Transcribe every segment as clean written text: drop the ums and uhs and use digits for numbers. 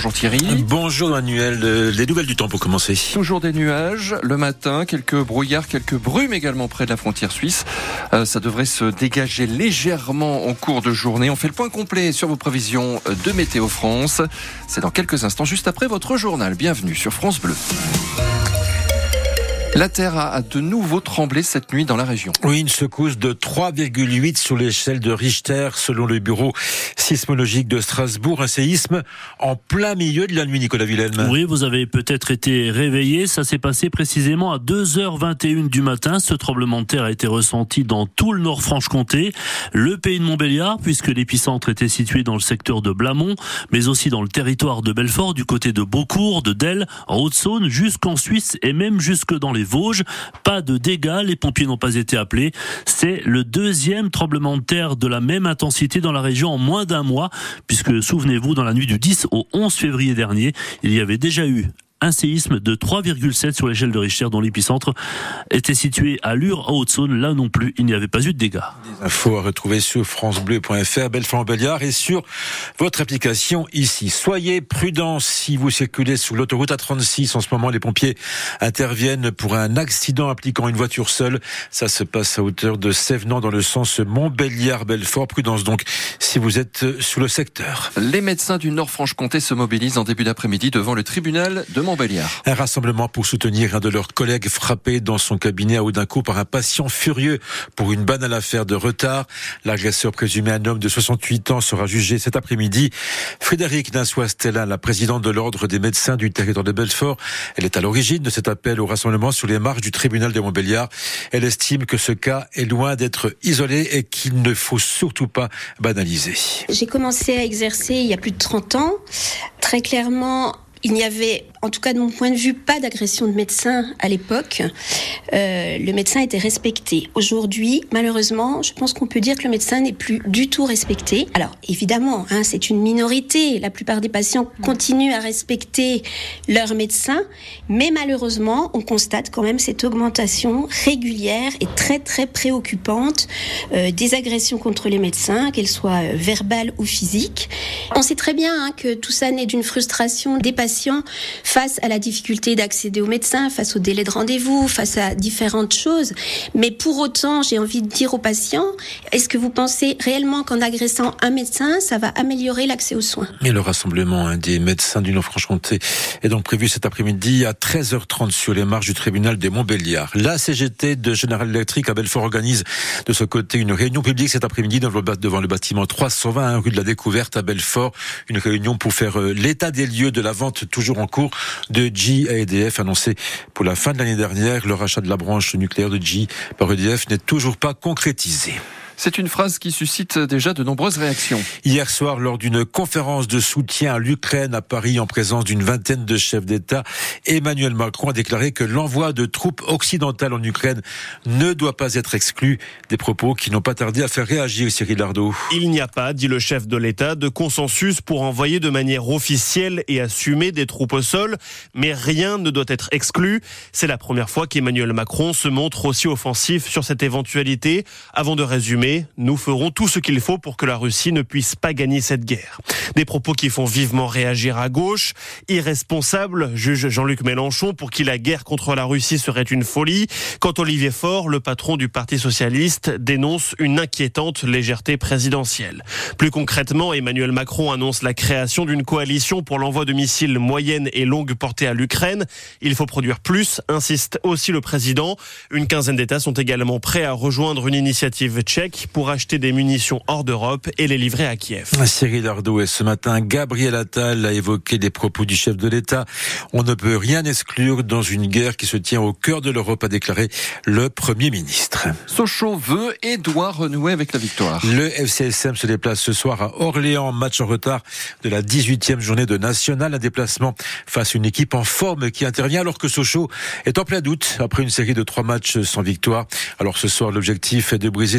Bonjour Thierry. Bonjour Manuel, les nouvelles du temps pour commencer. Toujours des nuages, le matin, quelques brouillards, quelques brumes également près de la frontière suisse. Ça devrait se dégager légèrement en cours de journée. On fait le point complet sur vos prévisions de Météo France. C'est dans quelques instants, juste après votre journal. Bienvenue sur France Bleu. La Terre a de nouveau tremblé cette nuit dans la région. Oui, une secousse de 3,8 sur l'échelle de Richter, selon le bureau sismologique de Strasbourg. Un séisme en plein milieu de la nuit, Nicolas Villelme. Oui, vous avez peut-être été réveillé. Ça s'est passé précisément à 2h21 du matin. Ce tremblement de terre a été ressenti dans tout le Nord-Franche-Comté, le pays de Montbéliard, puisque l'épicentre était situé dans le secteur de Blamont, mais aussi dans le territoire de Belfort, du côté de Beaucourt, de Delle, en Haute-Saône, jusqu'en Suisse et même jusque dans les Vosges. Pas de dégâts, les pompiers n'ont pas été appelés. C'est le deuxième tremblement de terre de la même intensité dans la région en moins d'un mois, puisque souvenez-vous, dans la nuit du 10 au 11 février dernier, il y avait déjà eu un séisme de 3,7 sur l'échelle de Richter, dont l'épicentre était situé à Lure, en Haute-Saône. Là non plus, il n'y avait pas eu de dégâts. Des infos à retrouver sur francebleu.fr, Belfort-Montbéliard, et sur votre application ici. Soyez prudents si vous circulez sur l'autoroute A36. En ce moment, les pompiers interviennent pour un accident impliquant une voiture seule. Ça se passe à hauteur de Sévenant dans le sens Montbéliard-Belfort. Prudence donc si vous êtes sur le secteur. Les médecins du Nord-Franche-Comté se mobilisent en début d'après-midi devant le tribunal de Montbéliard. Un rassemblement pour soutenir un de leurs collègues frappé dans son cabinet à Audincourt par un patient furieux pour une banale affaire de retard. L'agresseur présumé, un homme de 68 ans, sera jugé cet après-midi. Frédéric Nassois-Stellin, la présidente de l'Ordre des médecins du territoire de Belfort, elle est à l'origine de cet appel au rassemblement sur les marches du tribunal de Montbéliard. Elle estime que ce cas est loin d'être isolé et qu'il ne faut surtout pas banaliser. J'ai commencé à exercer il y a plus de 30 ans. Très clairement, il n'y avait, en tout cas de mon point de vue, pas d'agression de médecin à l'époque. Le médecin était respecté. Aujourd'hui, malheureusement, je pense qu'on peut dire que le médecin n'est plus du tout respecté. Alors, évidemment, c'est une minorité. La plupart des patients continuent à respecter leur médecin. Mais malheureusement, on constate quand même cette augmentation régulière et très, très préoccupante des agressions contre les médecins, qu'elles soient verbales ou physiques. On sait très bien que tout ça naît d'une frustration des patients face à la difficulté d'accéder aux médecins, face au délai de rendez-vous, face à différentes choses. Mais pour autant, j'ai envie de dire aux patients, est-ce que vous pensez réellement qu'en agressant un médecin, ça va améliorer l'accès aux soins ? Et le rassemblement des médecins du Nord-Franche-Comté est donc prévu cet après-midi à 13h30 sur les marches du tribunal de Montbéliard. La CGT de General Electric à Belfort organise de ce côté une réunion publique cet après-midi devant le bâtiment 321 rue de la Découverte à Belfort. Une réunion pour faire l'état des lieux de la vente toujours en cours de GE à EDF, annoncé pour la fin de l'année dernière. Le rachat de la branche nucléaire de GE par EDF n'est toujours pas concrétisé. C'est une phrase qui suscite déjà de nombreuses réactions. Hier soir, lors d'une conférence de soutien à l'Ukraine à Paris, en présence d'une vingtaine de chefs d'État, Emmanuel Macron a déclaré que l'envoi de troupes occidentales en Ukraine ne doit pas être exclu. Des propos qui n'ont pas tardé à faire réagir Cyril Ardo. Il n'y a pas, dit le chef de l'État, de consensus pour envoyer de manière officielle et assumée des troupes au sol, mais rien ne doit être exclu. C'est la première fois qu'Emmanuel Macron se montre aussi offensif sur cette éventualité. Avant de résumer, nous ferons tout ce qu'il faut pour que la Russie ne puisse pas gagner cette guerre. Des propos qui font vivement réagir à gauche. Irresponsable, juge Jean-Luc Mélenchon, pour qui la guerre contre la Russie serait une folie. Quand Olivier Faure, le patron du Parti socialiste, dénonce une inquiétante légèreté présidentielle. Plus concrètement, Emmanuel Macron annonce la création d'une coalition pour l'envoi de missiles moyenne et longue portée à l'Ukraine. Il faut produire plus, insiste aussi le président. Une quinzaine d'États sont également prêts à rejoindre une initiative tchèque pour acheter des munitions hors d'Europe et les livrer à Kiev. Cyril Ardo, et ce matin, Gabriel Attal a évoqué les propos du chef de l'État. On ne peut rien exclure dans une guerre qui se tient au cœur de l'Europe, a déclaré le Premier ministre. Sochaux veut et doit renouer avec la victoire. Le FCSM se déplace ce soir à Orléans, match en retard de la 18e journée de National. Un déplacement face à une équipe en forme qui intervient alors que Sochaux est en plein doute après une série de 3 matchs sans victoire. Alors ce soir, l'objectif est de briser cette spirale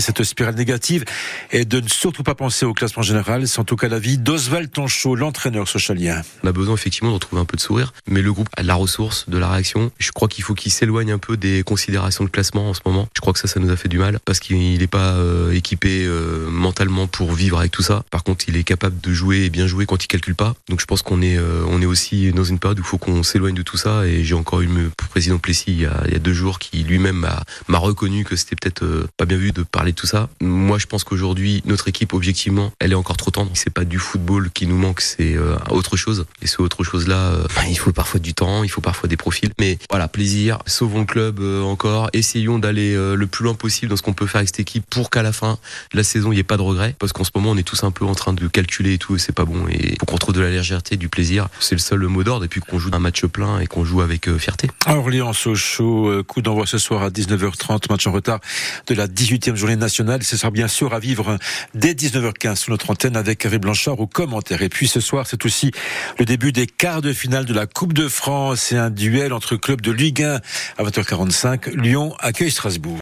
spirale négative et de ne surtout pas penser au classement général. C'est en tout cas l'avis d'Oswald Tonchot, l'entraîneur socialien. On a besoin effectivement de retrouver un peu de sourire, mais le groupe a de la ressource, de la réaction. Je crois qu'il faut qu'il s'éloigne un peu des considérations de classement en ce moment. Je crois que ça nous a fait du mal parce qu'il n'est pas équipé mentalement pour vivre avec tout ça. Par contre, il est capable de jouer et bien jouer quand il calcule pas. Donc je pense qu'on est aussi dans une période où il faut qu'on s'éloigne de tout ça. Et j'ai encore eu le président Plessis il y a 2 jours qui lui-même m'a reconnu que c'était peut-être pas bien vu de parler de tout ça. Moi, je pense qu'aujourd'hui, notre équipe, objectivement, elle est encore trop tendre. C'est pas du football qui nous manque, c'est autre chose. Et ce autre chose-là, il faut parfois du temps, il faut parfois des profils. Mais voilà, plaisir, sauvons le club encore. Essayons d'aller le plus loin possible dans ce qu'on peut faire avec cette équipe pour qu'à la fin de la saison, il n'y ait pas de regrets. Parce qu'en ce moment, on est tous un peu en train de calculer et tout, et c'est pas bon. Et faut qu'on retrouve de la légèreté, du plaisir. C'est le seul mot d'ordre. Et puis qu'on joue un match plein et qu'on joue avec fierté. Orléans-Sochaux, coup d'envoi ce soir à 19h30, match en retard de la 18e journée nationale. Ce sera bien sûr à vivre dès 19h15 sur notre antenne avec Hervé Blanchard au commentaire. Et puis ce soir, c'est aussi le début des quarts de finale de la Coupe de France. C'est un duel entre clubs de Ligue 1 à 20h45. Lyon accueille Strasbourg.